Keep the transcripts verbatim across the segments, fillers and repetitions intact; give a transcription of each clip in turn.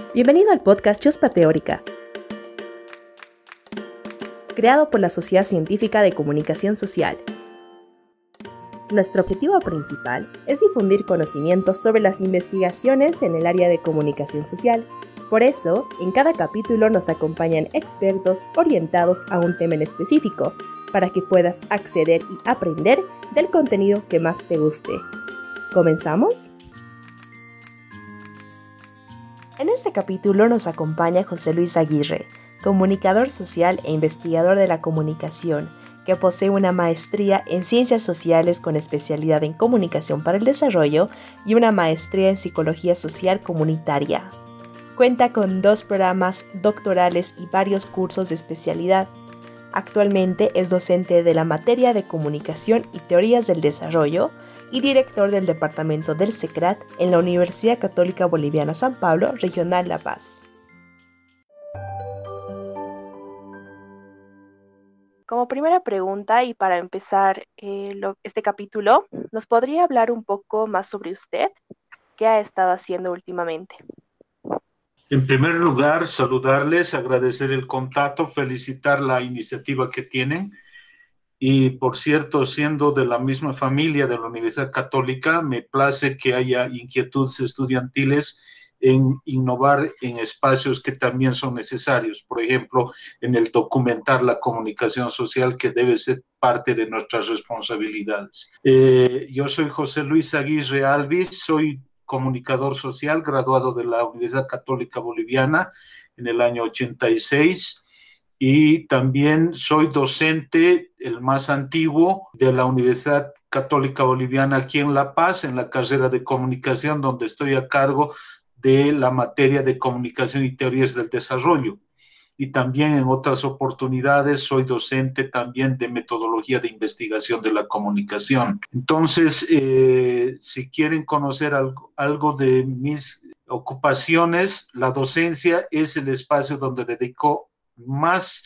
Bienvenido al podcast Chuspa Teórica, creado por la Sociedad Científica de Comunicación Social. Nuestro objetivo principal es difundir conocimientos sobre las investigaciones en el área de comunicación social. Por eso, en cada capítulo nos acompañan expertos orientados a un tema en específico, para que puedas acceder y aprender del contenido que más te guste. ¿Comenzamos? En este capítulo nos acompaña José Luis Aguirre, comunicador social e investigador de la comunicación, que posee una maestría en Ciencias Sociales con especialidad en Comunicación para el Desarrollo y una maestría en Psicología Social Comunitaria. Cuenta con dos programas doctorales y varios cursos de especialidad. Actualmente es docente de la materia de Comunicación y Teorías del Desarrollo y director del Departamento del CECRAT en la Universidad Católica Boliviana San Pablo, Regional La Paz. Como primera pregunta y para empezar eh, lo, este capítulo, ¿nos podría hablar un poco más sobre usted? ¿Qué ha estado haciendo últimamente? En primer lugar, saludarles, agradecer el contacto, felicitar la iniciativa que tienen. Y, por cierto, siendo de la misma familia de la Universidad Católica, me place que haya inquietudes estudiantiles en innovar en espacios que también son necesarios. Por ejemplo, en el documentar la comunicación social, que debe ser parte de nuestras responsabilidades. Eh, yo soy José Luis Aguirre Alvis, soy comunicador social, graduado de la Universidad Católica Boliviana en el año ochenta y seis, y también soy docente, el más antiguo, de la Universidad Católica Boliviana aquí en La Paz, en la carrera de comunicación, donde estoy a cargo de la materia de comunicación y teorías del desarrollo. Y también en otras oportunidades soy docente también de metodología de investigación de la comunicación. Entonces, eh, si quieren conocer algo, algo de mis ocupaciones, la docencia es el espacio donde dedico más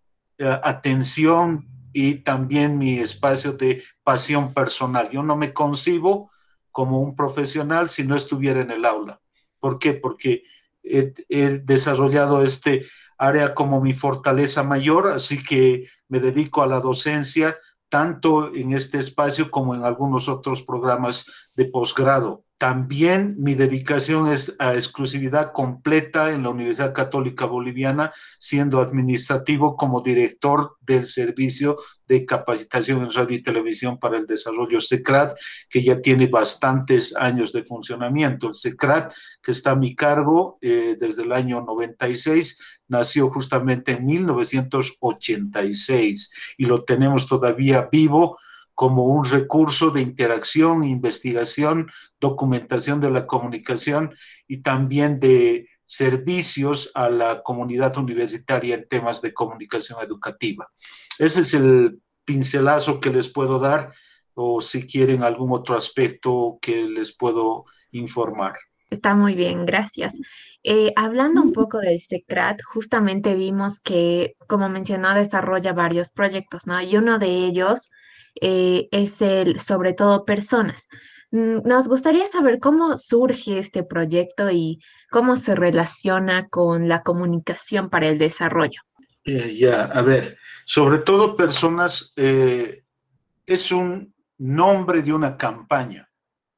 eh, atención y también mi espacio de pasión personal. Yo no me concibo como un profesional si no estuviera en el aula. ¿Por qué? Porque he, he desarrollado este área como mi fortaleza mayor, así que me dedico a la docencia tanto en este espacio como en algunos otros programas de posgrado. También mi dedicación es a exclusividad completa en la Universidad Católica Boliviana, siendo administrativo como director del Servicio de Capacitación en Radio y Televisión para el Desarrollo CECRAT, que ya tiene bastantes años de funcionamiento. El CECRAT, que está a mi cargo eh, desde el año noventa y seis, nació justamente en mil novecientos ochenta y seis y lo tenemos todavía vivo como un recurso de interacción, investigación, documentación de la comunicación y también de servicios a la comunidad universitaria en temas de comunicación educativa. Ese es el pincelazo que les puedo dar, o si quieren algún otro aspecto que les puedo informar. Está muy bien, gracias. Eh, hablando un poco del CECRAT, justamente vimos que, como mencionó, desarrolla varios proyectos, ¿no? Y uno de ellos eh, es el sobre todo personas. Mm, Nos gustaría saber cómo surge este proyecto y cómo se relaciona con la comunicación para el desarrollo. Eh, ya, a ver, sobre todo personas, eh, es un nombre de una campaña,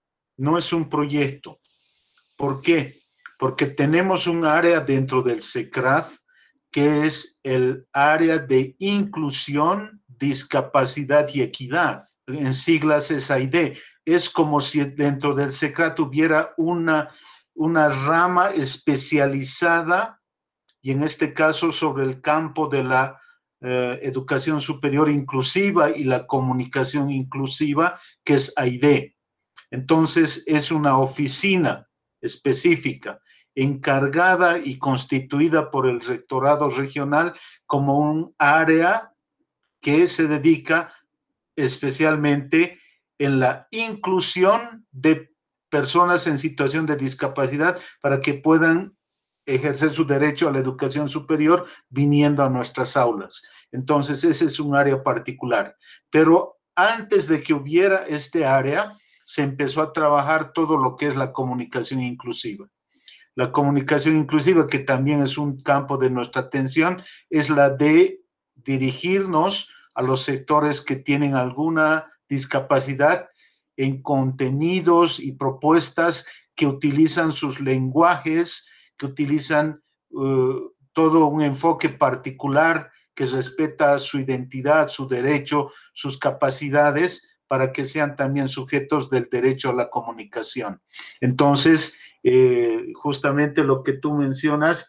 no es un proyecto. ¿Por qué? Porque tenemos un área dentro del CECRAT que es el área de inclusión, discapacidad y equidad. En siglas es A I D. Es como si dentro del CECRAT hubiera una, una rama especializada, y en este caso sobre el campo de la eh, educación superior inclusiva y la comunicación inclusiva, que es A I D. Entonces es una oficina específica, encargada y constituida por el rectorado regional como un área que se dedica especialmente en la inclusión de personas en situación de discapacidad para que puedan ejercer su derecho a la educación superior viniendo a nuestras aulas. Entonces, ese es un área particular. Pero antes de que hubiera este área, se empezó a trabajar todo lo que es la comunicación inclusiva. La comunicación inclusiva, que también es un campo de nuestra atención, es la de dirigirnos a los sectores que tienen alguna discapacidad en contenidos y propuestas que utilizan sus lenguajes, que utilizan uh, todo un enfoque particular que respeta su identidad, su derecho, sus capacidades, para que sean también sujetos del derecho a la comunicación. Entonces, eh, justamente lo que tú mencionas,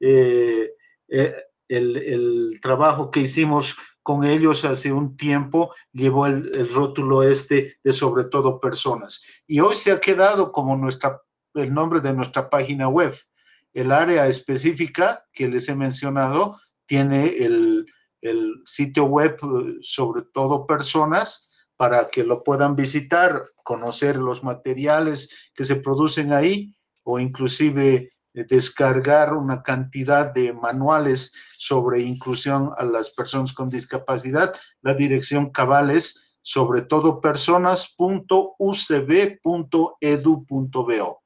eh, eh, el, el trabajo que hicimos con ellos hace un tiempo llevó el, el rótulo este de sobre todo personas. Y hoy se ha quedado como nuestra, el nombre de nuestra página web. El área específica que les he mencionado tiene el, el sitio web sobre todo personas, para que lo puedan visitar, conocer los materiales que se producen ahí, o inclusive descargar una cantidad de manuales sobre inclusión a las personas con discapacidad. La dirección cabal es sobre todo personas punto u c b punto e d u punto b o.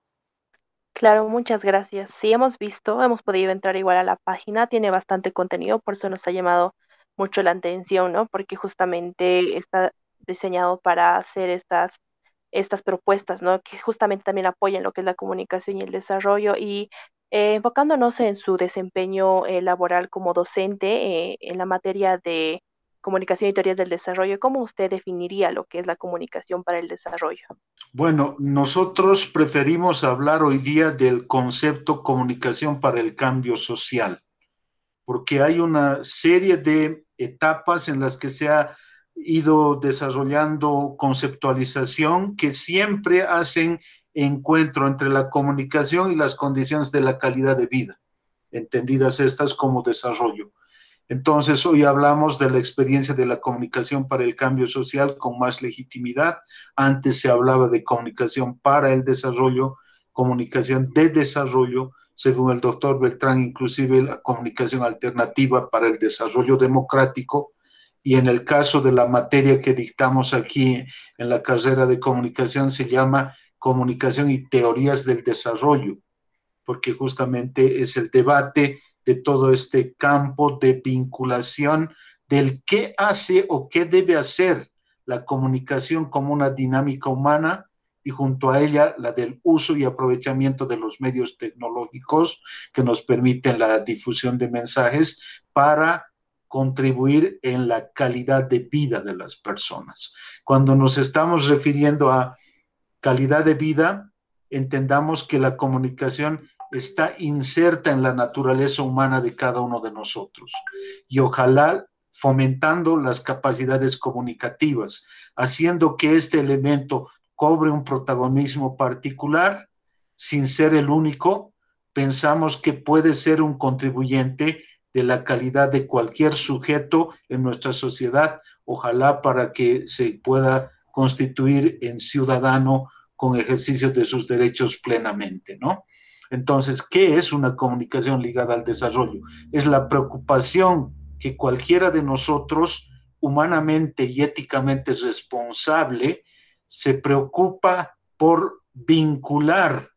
Claro, muchas gracias. Sí, hemos visto, hemos podido entrar igual a la página, tiene bastante contenido, por eso nos ha llamado mucho la atención, ¿no? Porque justamente está diseñado para hacer estas, estas propuestas, ¿no? Que justamente también apoyan lo que es la comunicación y el desarrollo y eh, enfocándonos en su desempeño eh, laboral como docente eh, en la materia de comunicación y teorías del desarrollo, ¿cómo usted definiría lo que es la comunicación para el desarrollo? Bueno, nosotros preferimos hablar hoy día del concepto comunicación para el cambio social, porque hay una serie de etapas en las que se ha ido desarrollando conceptualización que siempre hacen encuentro entre la comunicación y las condiciones de la calidad de vida, entendidas estas como desarrollo. Entonces, hoy hablamos de la experiencia de la comunicación para el cambio social con más legitimidad. Antes se hablaba de comunicación para el desarrollo, comunicación de desarrollo, según el doctor Beltrán, inclusive la comunicación alternativa para el desarrollo democrático. Y en el caso de la materia que dictamos aquí en la carrera de comunicación, se llama comunicación y teorías del desarrollo, porque justamente es el debate de todo este campo de vinculación del qué hace o qué debe hacer la comunicación como una dinámica humana, y junto a ella la del uso y aprovechamiento de los medios tecnológicos que nos permiten la difusión de mensajes para contribuir en la calidad de vida de las personas. Cuando nos estamos refiriendo a calidad de vida, entendamos que la comunicación está inserta en la naturaleza humana de cada uno de nosotros, y ojalá fomentando las capacidades comunicativas, haciendo que este elemento cobre un protagonismo particular sin ser el único. Pensamos que puede ser un contribuyente de la calidad de cualquier sujeto en nuestra sociedad, ojalá para que se pueda constituir en ciudadano con ejercicio de sus derechos plenamente, ¿no? Entonces, ¿qué es una comunicación ligada al desarrollo? Es la preocupación que cualquiera de nosotros, humanamente y éticamente responsable, se preocupa por vincular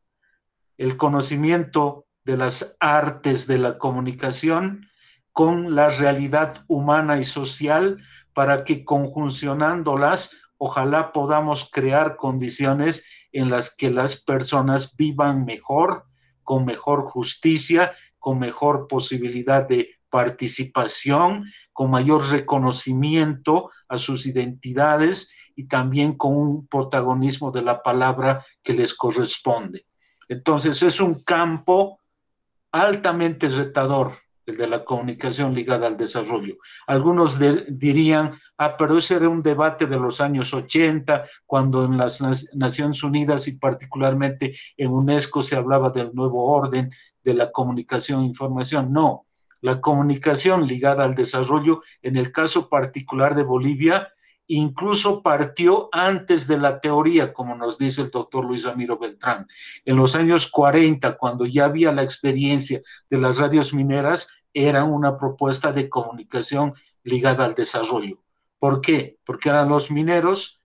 el conocimiento de las artes de la comunicación con la realidad humana y social, para que conjuncionándolas, ojalá podamos crear condiciones en las que las personas vivan mejor, con mejor justicia, con mejor posibilidad de participación, con mayor reconocimiento a sus identidades y también con un protagonismo de la palabra que les corresponde. Entonces, es un campo altamente retador, el de la comunicación ligada al desarrollo. Algunos de, dirían, ah, pero ese era un debate de los años ochenta, cuando en las Naciones Unidas y particularmente en UNESCO se hablaba del nuevo orden de la comunicación e información. No, la comunicación ligada al desarrollo, en el caso particular de Bolivia, incluso partió antes de la teoría, como nos dice el doctor Luis Ramiro Beltrán. En los años cuarenta, cuando ya había la experiencia de las radios mineras, era una propuesta de comunicación ligada al desarrollo. ¿Por qué? Porque eran los mineros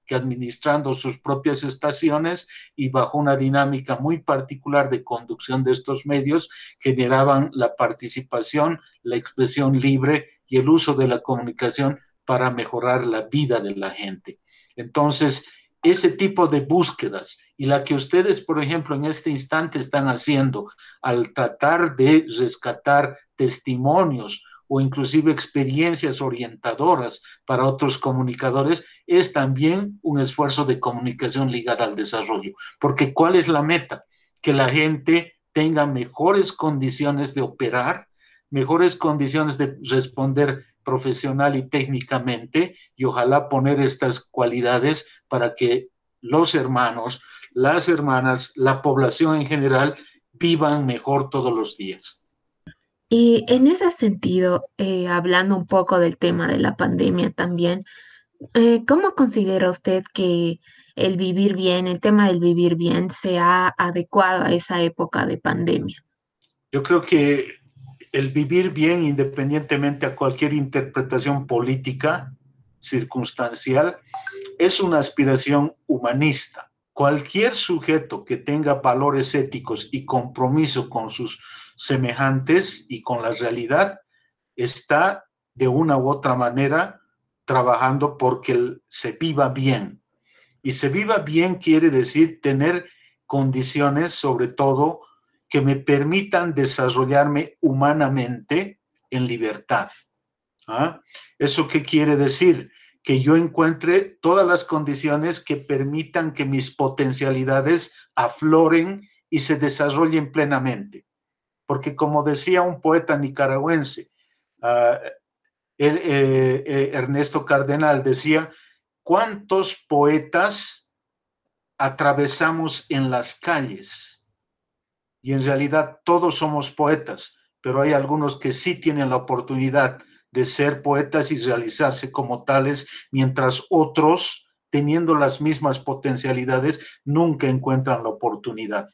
que administrando sus propias estaciones y bajo una dinámica muy particular de conducción de estos medios, generaban la participación, la expresión libre y el uso de la comunicación para mejorar la vida de la gente. Entonces, ese tipo de búsquedas y la que ustedes, por ejemplo, en este instante están haciendo al tratar de rescatar testimonios o inclusive experiencias orientadoras para otros comunicadores, es también un esfuerzo de comunicación ligada al desarrollo. Porque ¿cuál es la meta? Que la gente tenga mejores condiciones de operar, mejores condiciones de responder profesional y técnicamente, y ojalá poner estas cualidades para que los hermanos, las hermanas, la población en general vivan mejor todos los días. Y en ese sentido, eh, hablando un poco del tema de la pandemia también, eh, ¿cómo considera usted que el vivir bien, el tema del vivir bien, se ha adecuado a esa época de pandemia? Yo creo que el vivir bien, independientemente a cualquier interpretación política, circunstancial, es una aspiración humanista. Cualquier sujeto que tenga valores éticos y compromiso con sus semejantes y con la realidad está de una u otra manera trabajando porque se viva bien. Y se viva bien quiere decir tener condiciones, sobre todo, que me permitan desarrollarme humanamente en libertad. ¿Ah? ¿Eso qué quiere decir? Que yo encuentre todas las condiciones que permitan que mis potencialidades afloren y se desarrollen plenamente. Porque como decía un poeta nicaragüense, uh, el, eh, eh, Ernesto Cardenal decía, ¿cuántos poetas atravesamos en las calles? Y en realidad todos somos poetas, pero hay algunos que sí tienen la oportunidad de ser poetas y realizarse como tales, mientras otros, teniendo las mismas potencialidades, nunca encuentran la oportunidad.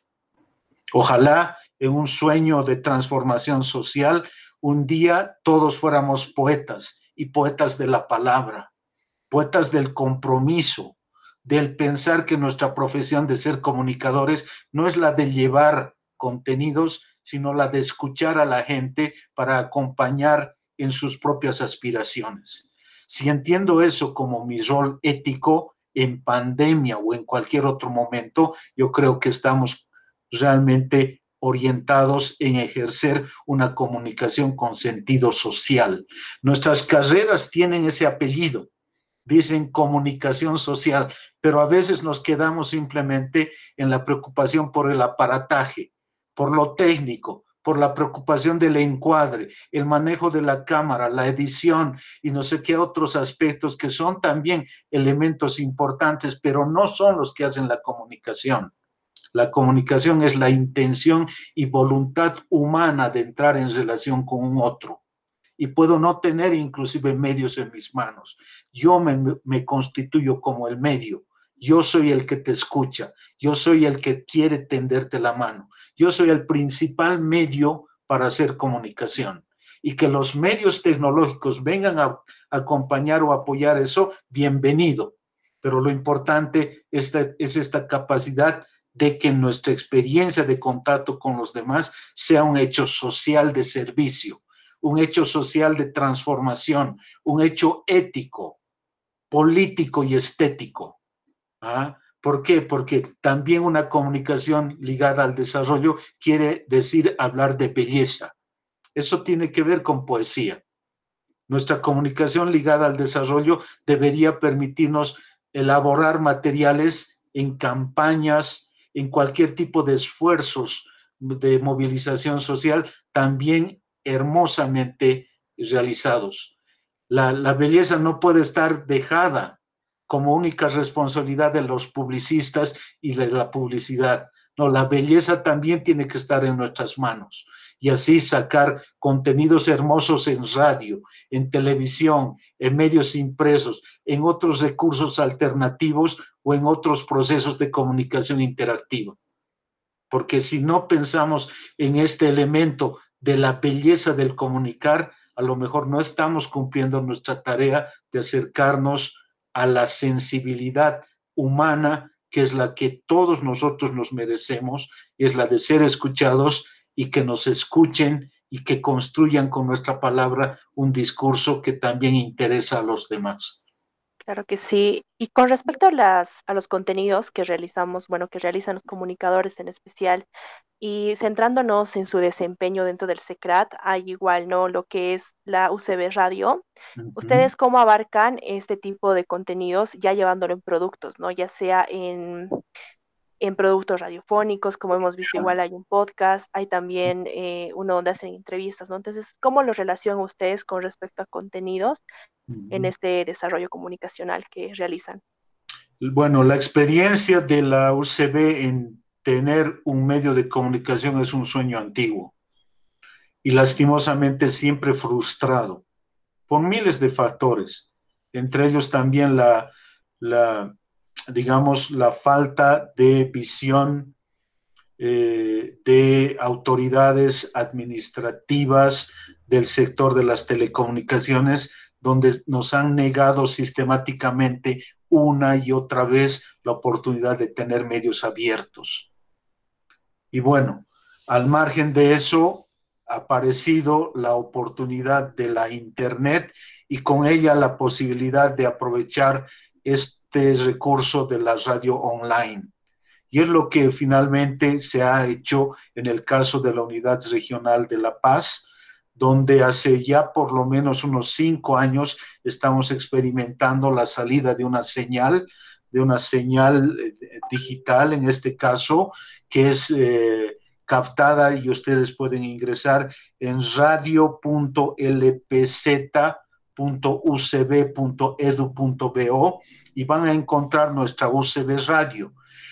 Ojalá en un sueño de transformación social, un día todos fuéramos poetas y poetas de la palabra, poetas del compromiso, del pensar que nuestra profesión de ser comunicadores no es la de llevar contenidos, sino la de escuchar a la gente para acompañar en sus propias aspiraciones. Si entiendo eso como mi rol ético en pandemia o en cualquier otro momento, yo creo que estamos realmente orientados en ejercer una comunicación con sentido social. Nuestras carreras tienen ese apellido, dicen comunicación social, pero a veces nos quedamos simplemente en la preocupación por el aparataje, por lo técnico, por la preocupación del encuadre, el manejo de la cámara, la edición y no sé qué otros aspectos que son también elementos importantes, pero no son los que hacen la comunicación. La comunicación es la intención y voluntad humana de entrar en relación con un otro. Y puedo no tener inclusive medios en mis manos. Yo me, me constituyo como el medio. Yo soy el que te escucha. Yo soy el que quiere tenderte la mano. Yo soy el principal medio para hacer comunicación. Y que los medios tecnológicos vengan a, a acompañar o apoyar eso, bienvenido. Pero lo importante es, es esta capacidad de que nuestra experiencia de contacto con los demás sea un hecho social de servicio, un hecho social de transformación, un hecho ético, político y estético. ¿Ah? ¿Por qué? Porque también una comunicación ligada al desarrollo quiere decir hablar de belleza. Eso tiene que ver con poesía. Nuestra comunicación ligada al desarrollo debería permitirnos elaborar materiales en campañas, en cualquier tipo de esfuerzos de movilización social, también hermosamente realizados. La, la belleza no puede estar dejada como única responsabilidad de los publicistas y de la publicidad. No, la belleza también tiene que estar en nuestras manos y así sacar contenidos hermosos en radio, en televisión, en medios impresos, en otros recursos alternativos o en otros procesos de comunicación interactiva. Porque si no pensamos en este elemento de la belleza del comunicar, a lo mejor no estamos cumpliendo nuestra tarea de acercarnos a la sensibilidad humana, que es la que todos nosotros nos merecemos, y es la de ser escuchados y que nos escuchen y que construyan con nuestra palabra un discurso que también interesa a los demás. Claro que sí. Y con respecto a las, a los contenidos que realizamos, bueno, que realizan los comunicadores en especial, y centrándonos en su desempeño dentro del SECRAT, hay igual, ¿no? Lo que es la U C B Radio. Ujú. ¿Ustedes cómo abarcan este tipo de contenidos ya llevándolo en productos, ¿no? Ya sea en, en productos radiofónicos, como hemos visto, igual hay un podcast, hay también eh, uno donde hacen entrevistas, ¿no? Entonces, ¿cómo los relacionan ustedes con respecto a contenidos en Ujú. este desarrollo comunicacional que realizan? Bueno, la experiencia de la U C B en tener un medio de comunicación es un sueño antiguo y lastimosamente siempre frustrado por miles de factores, entre ellos también la, la digamos, la falta de visión eh, de autoridades administrativas del sector de las telecomunicaciones, donde nos han negado sistemáticamente una y otra vez la oportunidad de tener medios abiertos. Y bueno, al margen de eso, ha aparecido la oportunidad de la Internet y con ella la posibilidad de aprovechar este recurso de la radio online. Y es lo que finalmente se ha hecho en el caso de la Unidad Regional de La Paz, donde hace ya por lo menos unos cinco años estamos experimentando la salida de una señal, de una señal eh, digital en este caso, que es eh, captada y ustedes pueden ingresar en radio punto l p z punto u c b punto e d u punto b o y van a encontrar nuestra U C B Radio.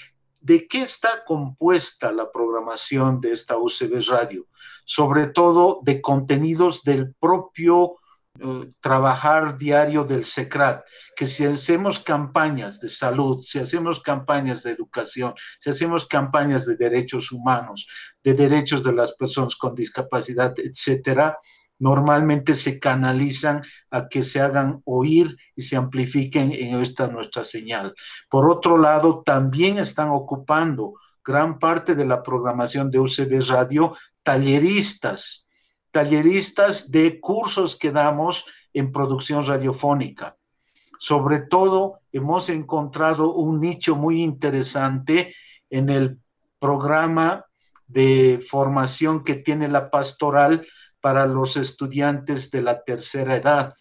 ¿De qué está compuesta la programación de esta U C B Radio? Sobre todo de contenidos del propio eh, trabajar diario del SECRAT, que si hacemos campañas de salud, si hacemos campañas de educación, si hacemos campañas de derechos humanos, de derechos de las personas con discapacidad, etcétera, normalmente se canalizan a que se hagan oír y se amplifiquen en esta nuestra señal. Por otro lado, también están ocupando gran parte de la programación de U C B Radio talleristas, talleristas de cursos que damos en producción radiofónica. Sobre todo, hemos encontrado un nicho muy interesante en el programa de formación que tiene la pastoral para los estudiantes de la tercera edad.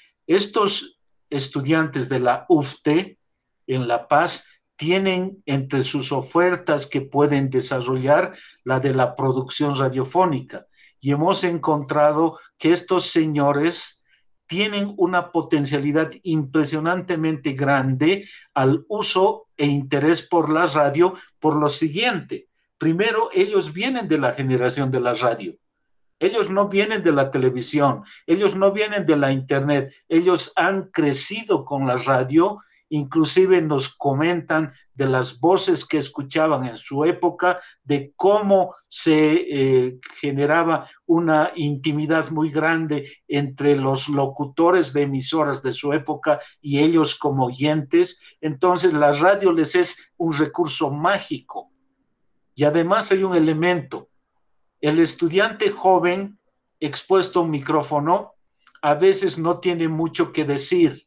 Estos estudiantes de la U F T E en La Paz tienen entre sus ofertas que pueden desarrollar la de la producción radiofónica. Y hemos encontrado que estos señores tienen una potencialidad impresionantemente grande al uso e interés por la radio por lo siguiente. Primero, ellos vienen de la generación de la radio. Ellos no vienen de la televisión, ellos no vienen de la internet, ellos han crecido con la radio, inclusive nos comentan de las voces que escuchaban en su época, de cómo se eh, generaba una intimidad muy grande entre los locutores de emisoras de su época y ellos como oyentes. Entonces la radio les es un recurso mágico. Y además hay un elemento. El estudiante joven expuesto a un micrófono a veces no tiene mucho que decir.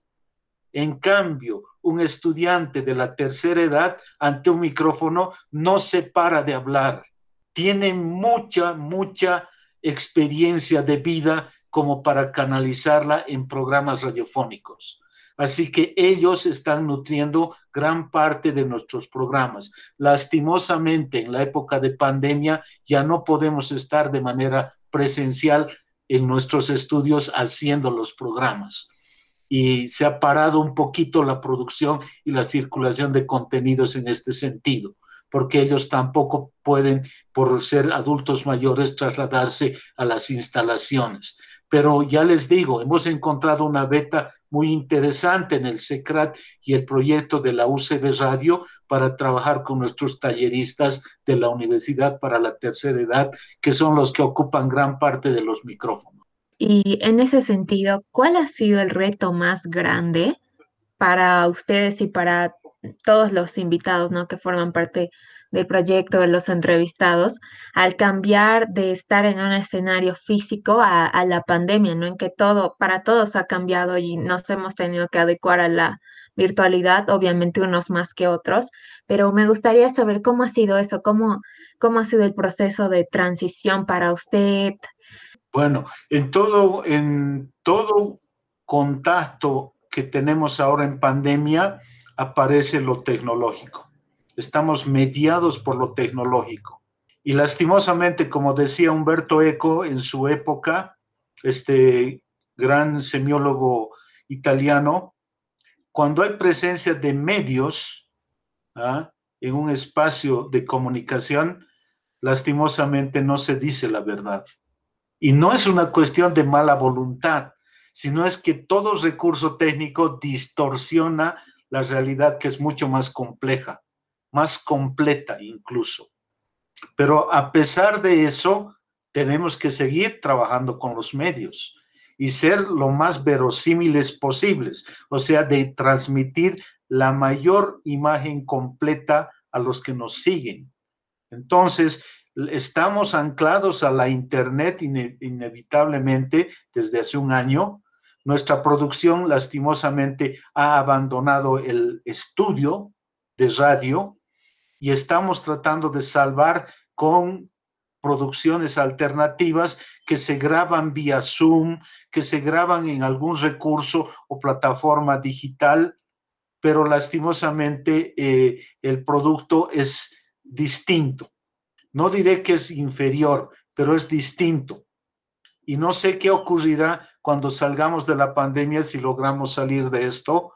En cambio, un estudiante de la tercera edad ante un micrófono no se para de hablar. Tiene mucha, mucha experiencia de vida como para canalizarla en programas radiofónicos. Así que ellos están nutriendo gran parte de nuestros programas. Lastimosamente, en la época de pandemia ya no podemos estar de manera presencial en nuestros estudios haciendo los programas. Y se ha parado un poquito la producción y la circulación de contenidos en este sentido, porque ellos tampoco pueden, por ser adultos mayores, trasladarse a las instalaciones. Pero ya les digo, hemos encontrado una beta muy interesante en el SECRAT y el proyecto de la U C B Radio para trabajar con nuestros talleristas de la Universidad para la Tercera Edad, que son los que ocupan gran parte de los micrófonos. Y en ese sentido, ¿cuál ha sido el reto más grande para ustedes y para todos los invitados, ¿no? Que forman parte del proyecto, de los entrevistados, al cambiar de estar en un escenario físico a, a la pandemia, ¿no? En que todo, para todos ha cambiado y nos hemos tenido que adecuar a la virtualidad, obviamente unos más que otros, pero me gustaría saber cómo ha sido eso, cómo, cómo ha sido el proceso de transición para usted. Bueno, en todo, en todo contacto que tenemos ahora en pandemia aparece lo tecnológico. Estamos mediados por lo tecnológico. Y lastimosamente, como decía Umberto Eco en su época, este gran semiólogo italiano, cuando hay presencia de medios, ¿ah?, en un espacio de comunicación, lastimosamente no se dice la verdad. Y no es una cuestión de mala voluntad, sino es que todo recurso técnico distorsiona la realidad, que es mucho más compleja, más completa incluso. Pero a pesar de eso, tenemos que seguir trabajando con los medios y ser lo más verosímiles posibles, o sea, de transmitir la mayor imagen completa a los que nos siguen. Entonces, estamos anclados a la Internet ine- inevitablemente desde hace un año. Nuestra producción, lastimosamente, ha abandonado el estudio de radio y estamos tratando de salvar con producciones alternativas que se graban vía Zoom, que se graban en algún recurso o plataforma digital, pero lastimosamente eh, el producto es distinto. No diré que es inferior, pero es distinto. Y no sé qué ocurrirá cuando salgamos de la pandemia, si logramos salir de esto,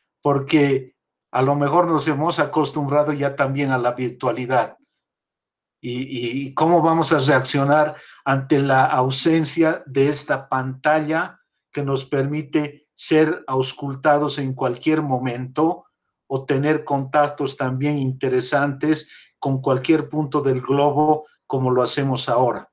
porque a lo mejor nos hemos acostumbrado ya también a la virtualidad. Y, y cómo vamos a reaccionar ante la ausencia de esta pantalla que nos permite ser auscultados en cualquier momento o tener contactos también interesantes con cualquier punto del globo, como lo hacemos ahora.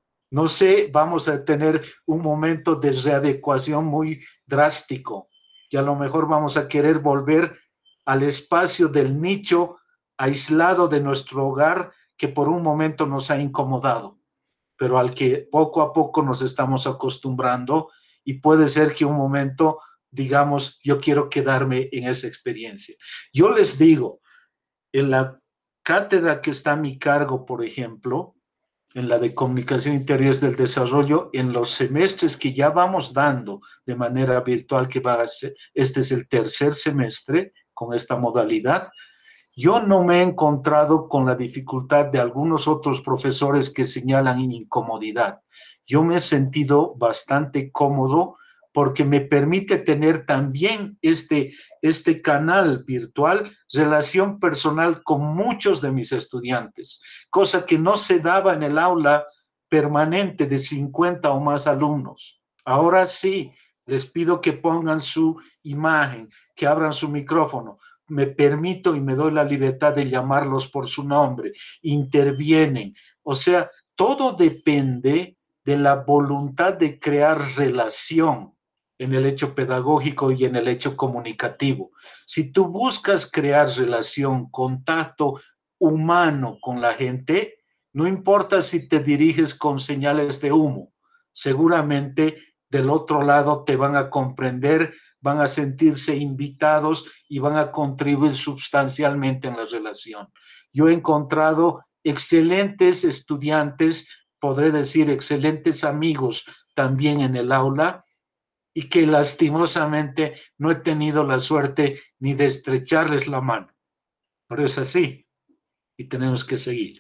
No sé, vamos a tener un momento de readecuación muy drástico y a lo mejor vamos a querer volver al espacio del nicho aislado de nuestro hogar, que por un momento nos ha incomodado, pero al que poco a poco nos estamos acostumbrando, y puede ser que un momento digamos, yo quiero quedarme en esa experiencia. Yo les digo, en la cátedra que está a mi cargo, por ejemplo, en la de Comunicación Interiores del Desarrollo, en los semestres que ya vamos dando de manera virtual, que va a ser, este es el tercer semestre con esta modalidad, yo no me he encontrado con la dificultad de algunos otros profesores que señalan incomodidad. Yo me he sentido bastante cómodo porque me permite tener también este, este canal virtual, relación personal con muchos de mis estudiantes, cosa que no se daba en el aula permanente de cincuenta o más alumnos. Ahora sí, les pido que pongan su imagen, que abran su micrófono. Me permito y me doy la libertad de llamarlos por su nombre, intervienen. O sea, todo depende de la voluntad de crear relación en el hecho pedagógico y en el hecho comunicativo. Si tú buscas crear relación, contacto humano con la gente, no importa si te diriges con señales de humo, seguramente del otro lado te van a comprender, van a sentirse invitados y van a contribuir sustancialmente en la relación. Yo he encontrado excelentes estudiantes, podré decir excelentes amigos también en el aula, y que lastimosamente no he tenido la suerte ni de estrecharles la mano. Pero es así y tenemos que seguir.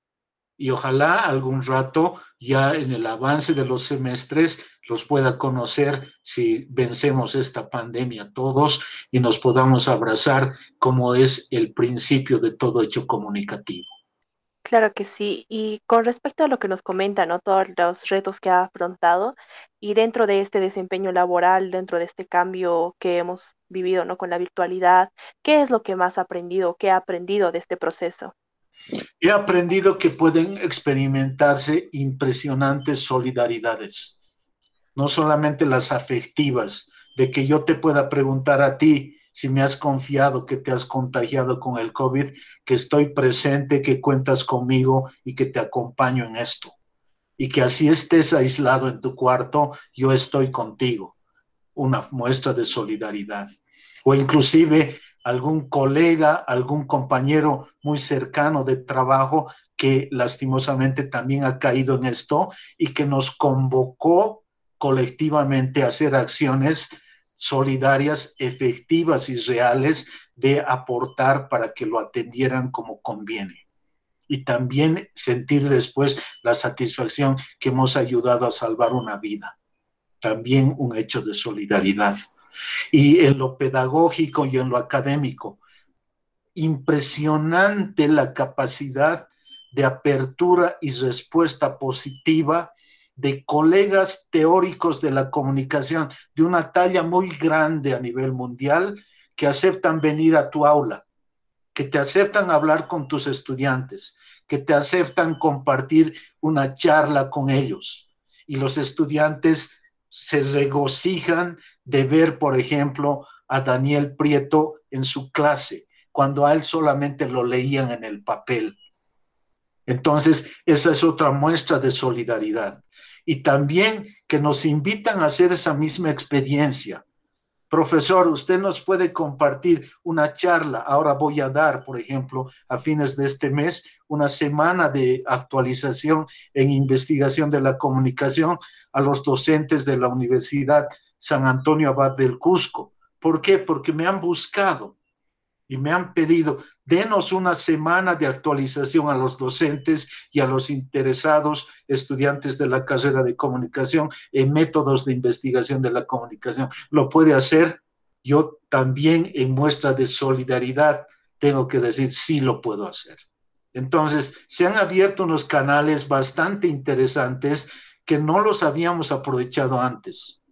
Y ojalá algún rato, ya en el avance de los semestres, los pueda conocer si vencemos esta pandemia todos y nos podamos abrazar, como es el principio de todo hecho comunicativo. Claro que sí. Y con respecto a lo que nos comenta, ¿no? Todos los retos que ha afrontado y dentro de este desempeño laboral, dentro de este cambio que hemos vivido, ¿no? Con la virtualidad, ¿qué es lo que más ha aprendido? ¿Qué ha aprendido de este proceso? He aprendido que pueden experimentarse impresionantes solidaridades, no solamente las afectivas, de que yo te pueda preguntar a ti si me has confiado que te has contagiado con el COVID, que estoy presente, que cuentas conmigo y que te acompaño en esto. Y que así estés aislado en tu cuarto, yo estoy contigo. Una muestra de solidaridad. O inclusive algún colega, algún compañero muy cercano de trabajo que lastimosamente también ha caído en esto y que nos convocó colectivamente a hacer acciones solidarias, efectivas y reales de aportar para que lo atendieran como conviene. Y también sentir después la satisfacción que hemos ayudado a salvar una vida. También un hecho de solidaridad. Y en lo pedagógico y en lo académico, impresionante la capacidad de apertura y respuesta positiva de colegas teóricos de la comunicación de una talla muy grande a nivel mundial que aceptan venir a tu aula, que te aceptan hablar con tus estudiantes, que te aceptan compartir una charla con ellos. Y los estudiantes se regocijan de ver, por ejemplo, a Daniel Prieto en su clase, cuando a él solamente lo leían en el papel. Entonces, esa es otra muestra de solidaridad. Y también que nos invitan a hacer esa misma experiencia. Profesor, usted nos puede compartir una charla. Ahora voy a dar, por ejemplo, a fines de este mes, una semana de actualización en investigación de la comunicación a los docentes de la Universidad San Antonio Abad del Cusco. ¿Por qué? Porque me han buscado y me han pedido, denos una semana de actualización a los docentes y a los interesados estudiantes de la carrera de comunicación en métodos de investigación de la comunicación. ¿Lo puede hacer? Yo también, en muestra de solidaridad, tengo que decir, sí lo puedo hacer. Entonces, se han abierto unos canales bastante interesantes que no los habíamos aprovechado antes.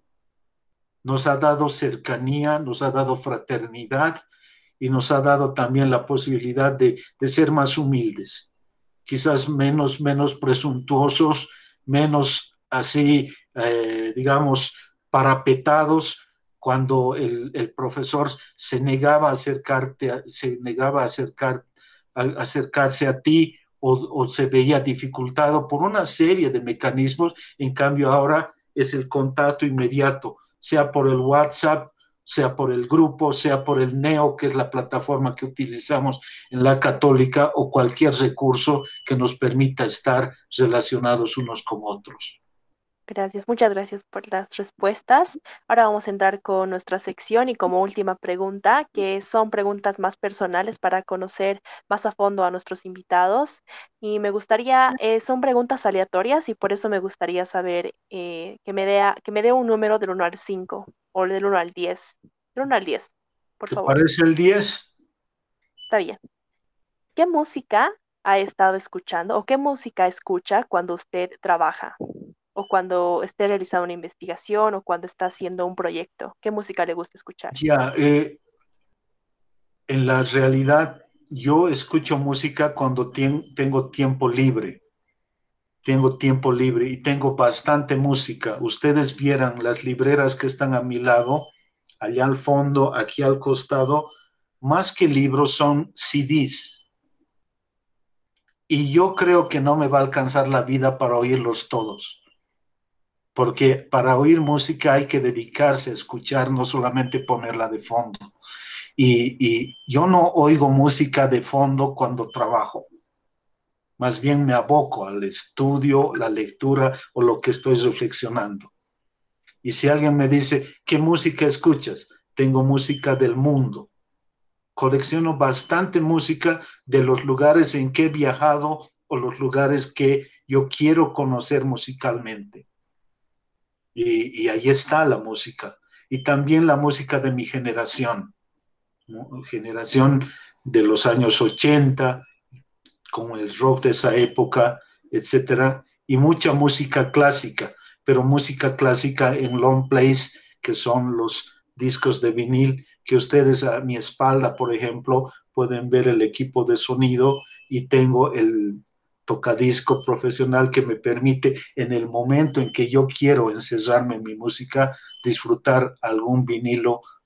Nos ha dado cercanía, nos ha dado fraternidad, y nos ha dado también la posibilidad de, de ser más humildes, quizás menos, menos presuntuosos, menos así, eh, digamos, parapetados, cuando el, el profesor se negaba a acercarte, se negaba a, acercar, a acercarse a ti o, o se veía dificultado por una serie de mecanismos. En cambio ahora es el contacto inmediato, sea por el WhatsApp, sea por el grupo, sea por el Neo, que es la plataforma que utilizamos en la Católica, o cualquier recurso que nos permita estar relacionados unos con otros. Gracias, muchas gracias por las respuestas. Ahora vamos a entrar con nuestra sección y como última pregunta, que son preguntas más personales para conocer más a fondo a nuestros invitados. Y me gustaría, eh, son preguntas aleatorias y por eso me gustaría saber eh, que me dé, que me dé un número del uno al cinco o del uno al diez. Del uno al diez, por ¿Te favor. parece el diez? Está bien. ¿Qué música ha estado escuchando o qué música escucha cuando usted trabaja? O cuando esté realizando una investigación o cuando está haciendo un proyecto. ¿Qué música le gusta escuchar? Ya, eh, en la realidad yo escucho música cuando tien, tengo tiempo libre. Tengo tiempo libre y tengo bastante música. Ustedes vieran las libreras que están a mi lado, allá al fondo, aquí al costado, más que libros son C Ds. Y yo creo que no me va a alcanzar la vida para oírlos todos. Porque para oír música hay que dedicarse a escuchar, no solamente ponerla de fondo. Y, y yo no oigo música de fondo cuando trabajo. Más bien me aboco al estudio, la lectura o lo que estoy reflexionando. Y si alguien me dice, ¿qué música escuchas? Tengo música del mundo. Colecciono bastante música de los lugares en que he viajado o los lugares que yo quiero conocer musicalmente. Y, y ahí está la música. Y también la música de mi generación, ¿no? Generación de los años ochenta, con el rock de esa época, etcétera, y mucha música clásica, pero música clásica en long plays, que son los discos de vinil, que ustedes a mi espalda, por ejemplo, pueden ver el equipo de sonido y tengo el tocadisco profesional que me permite, en el momento en que yo quiero encerrarme en mi música, disfrutar algún vinilo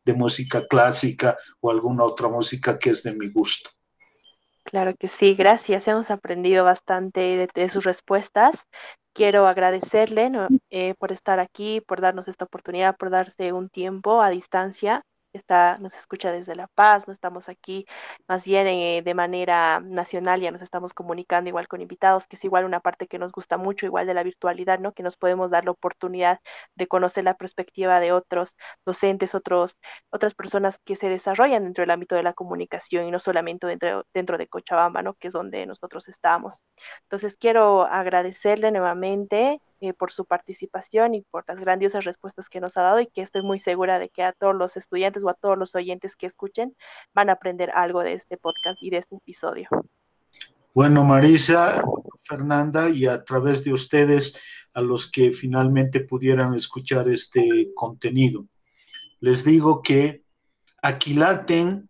de música clásica o alguna otra música que es de mi gusto. Claro que sí, gracias. Hemos aprendido bastante de, de sus respuestas. Quiero agradecerle, ¿no? eh, por estar aquí, por darnos esta oportunidad, por darse un tiempo a distancia. Está, nos escucha desde La Paz, no estamos aquí más bien eh, de manera nacional, ya nos estamos comunicando igual con invitados, que es igual una parte que nos gusta mucho, igual de la virtualidad, ¿no? Que nos podemos dar la oportunidad de conocer la perspectiva de otros docentes, otros otras personas que se desarrollan dentro del ámbito de la comunicación y no solamente dentro, dentro de Cochabamba, ¿no? Que es donde nosotros estamos. Entonces, quiero agradecerle nuevamente eh, por su participación y por las grandiosas respuestas que nos ha dado y que estoy muy segura de que a todos los estudiantes o a todos los oyentes que escuchen van a aprender algo de este podcast y de este episodio. Bueno, Marisa, Fernanda, y a través de ustedes, a los que finalmente pudieran escuchar este contenido, les digo que aquilaten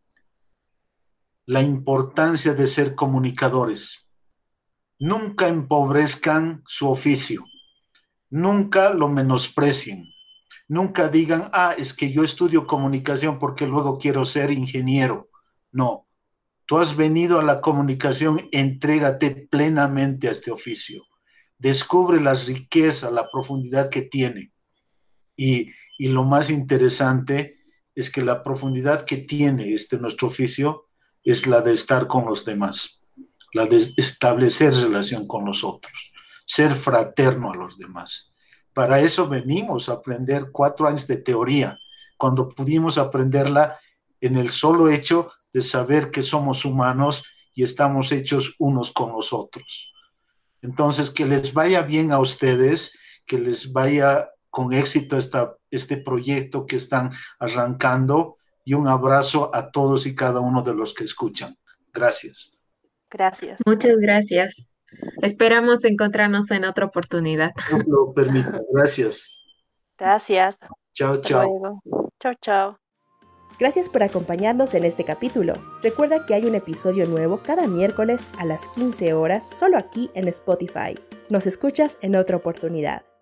la importancia de ser comunicadores. Nunca empobrezcan su oficio. Nunca lo menosprecien. Nunca digan, ah, es que yo estudio comunicación porque luego quiero ser ingeniero. No. Tú has venido a la comunicación, entrégate plenamente a este oficio. Descubre la riqueza, la profundidad que tiene. Y, y lo más interesante es que la profundidad que tiene este nuestro oficio es la de estar con los demás, la de establecer relación con los otros, ser fraterno a los demás. Para eso venimos a aprender cuatro años de teoría, cuando pudimos aprenderla en el solo hecho de saber que somos humanos y estamos hechos unos con los otros. Entonces, que les vaya bien a ustedes, que les vaya con éxito esta, este proyecto que están arrancando, y un abrazo a todos y cada uno de los que escuchan. Gracias. Gracias. Muchas gracias. Esperamos encontrarnos en otra oportunidad. Lo permito. Gracias. Gracias. Chao, Hasta chao. luego. Chao, chao. Gracias por acompañarnos en este capítulo. Recuerda que hay un episodio nuevo cada miércoles a las quince horas solo aquí en Spotify. Nos escuchas en otra oportunidad.